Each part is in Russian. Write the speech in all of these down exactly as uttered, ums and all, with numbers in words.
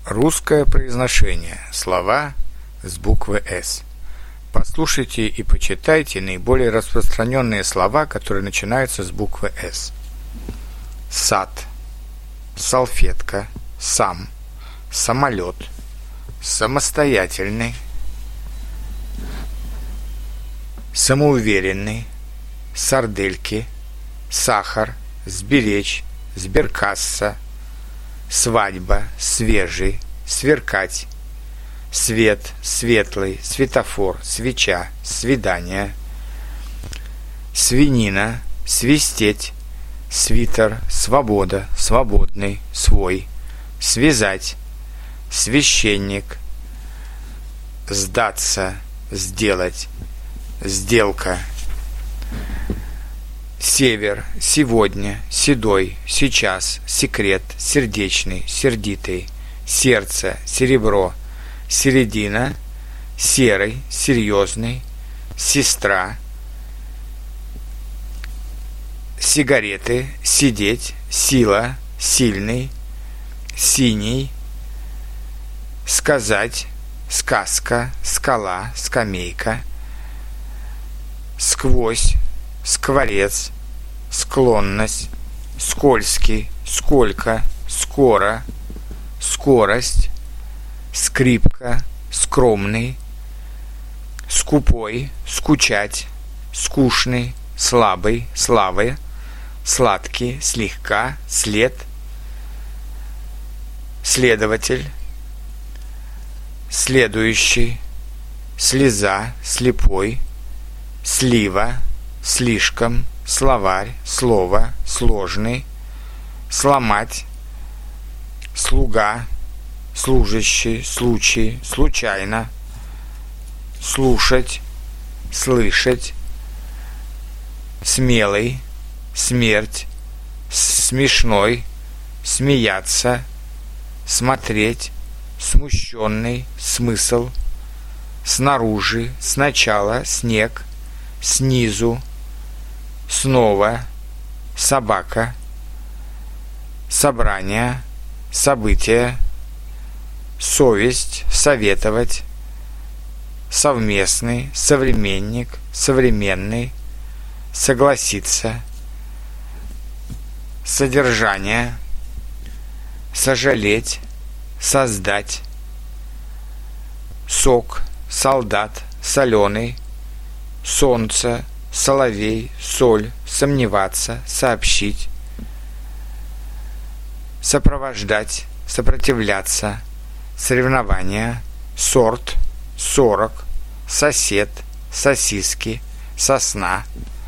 Русское произношение. Слова с буквы «С». Послушайте и почитайте наиболее распространенные слова, которые начинаются с буквы «С». Сад, салфетка, сам, самолет, самостоятельный, самоуверенный, сардельки, сахар, сберечь, сберкасса, свадьба, свежий, сверкать, свет, светлый, светофор, свеча, свидание, свинина, свистеть, свитер, свобода, свободный, свой, связать, священник, сдаться, сделать, сделка, север, сегодня, седой, сейчас, секрет, сердечный, сердитый, сердце, серебро, середина, серый, серьезный, сестра, сигареты, сидеть, сила, сильный, синий, сказать, сказка, скала, скамейка, сквозь, скворец, склонность, скользкий, сколько, скоро, скорость, скрипка, скромный, скупой, скучать, скучный, слабый, славы, сладкий, слегка, след, следователь, следующий, слеза, слепой, слива, слишком, словарь, слово, сложный, сломать, слуга, служащий, случай, случайно, слушать, слышать, смелый, смерть, смешной, смеяться, смотреть, смущенный, смысл, снаружи, сначала, снег, снизу, снова, собака, собрание, событие, совесть, советовать, совместный, современник, современный, согласиться, содержание, сожалеть, создать, сок, солдат, соленый, солнце, соловей, соль, сомневаться, сообщить, сопровождать, сопротивляться, соревнования, сорт, сорок, сосед, сосиски, сосна,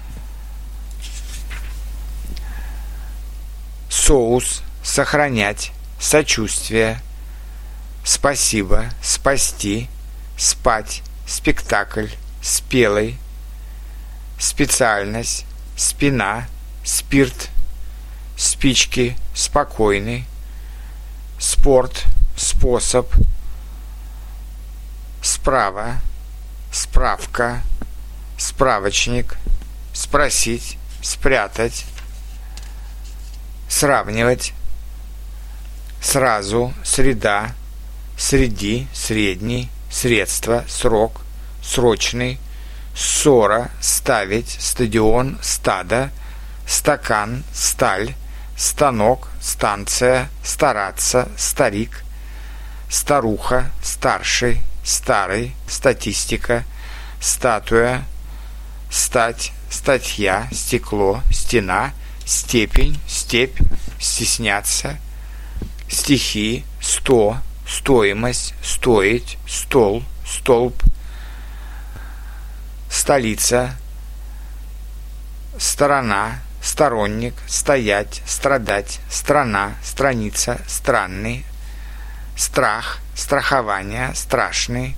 соус, сохранять, сочувствие, спасибо, спасти, спать, спектакль, спелый, специальность, спина, спирт, спички, спокойный, спорт, способ, справа, справка, справочник, спросить, спрятать, сравнивать, сразу, среда, среди, средний, средство, срок, срочный, ссора, ставить, стадион, стадо, стакан, сталь, станок, станция, стараться, старик, старуха, старший, старый, статистика, статуя, стать, статья, стекло, стена, степень, степь, стесняться, стихи, сто, стоимость, стоить, стол, столб, столица, сторона, сторонник, стоять, страдать, страна, страница, странный, страх, страхование, страшный,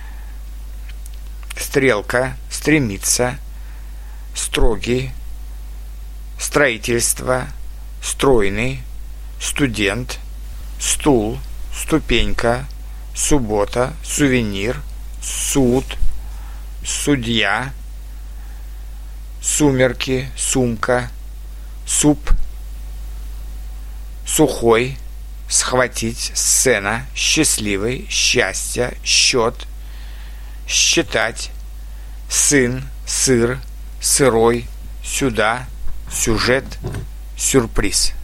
стрелка, стремиться, строгий, строительство, стройный, студент, стул, ступенька, суббота, сувенир, суд, судья, сумерки, сумка, суп, сухой, схватить, сцена, счастливый, счастье, счет, считать, сын, сыр, сырой, сюда, сюжет, сюрприз.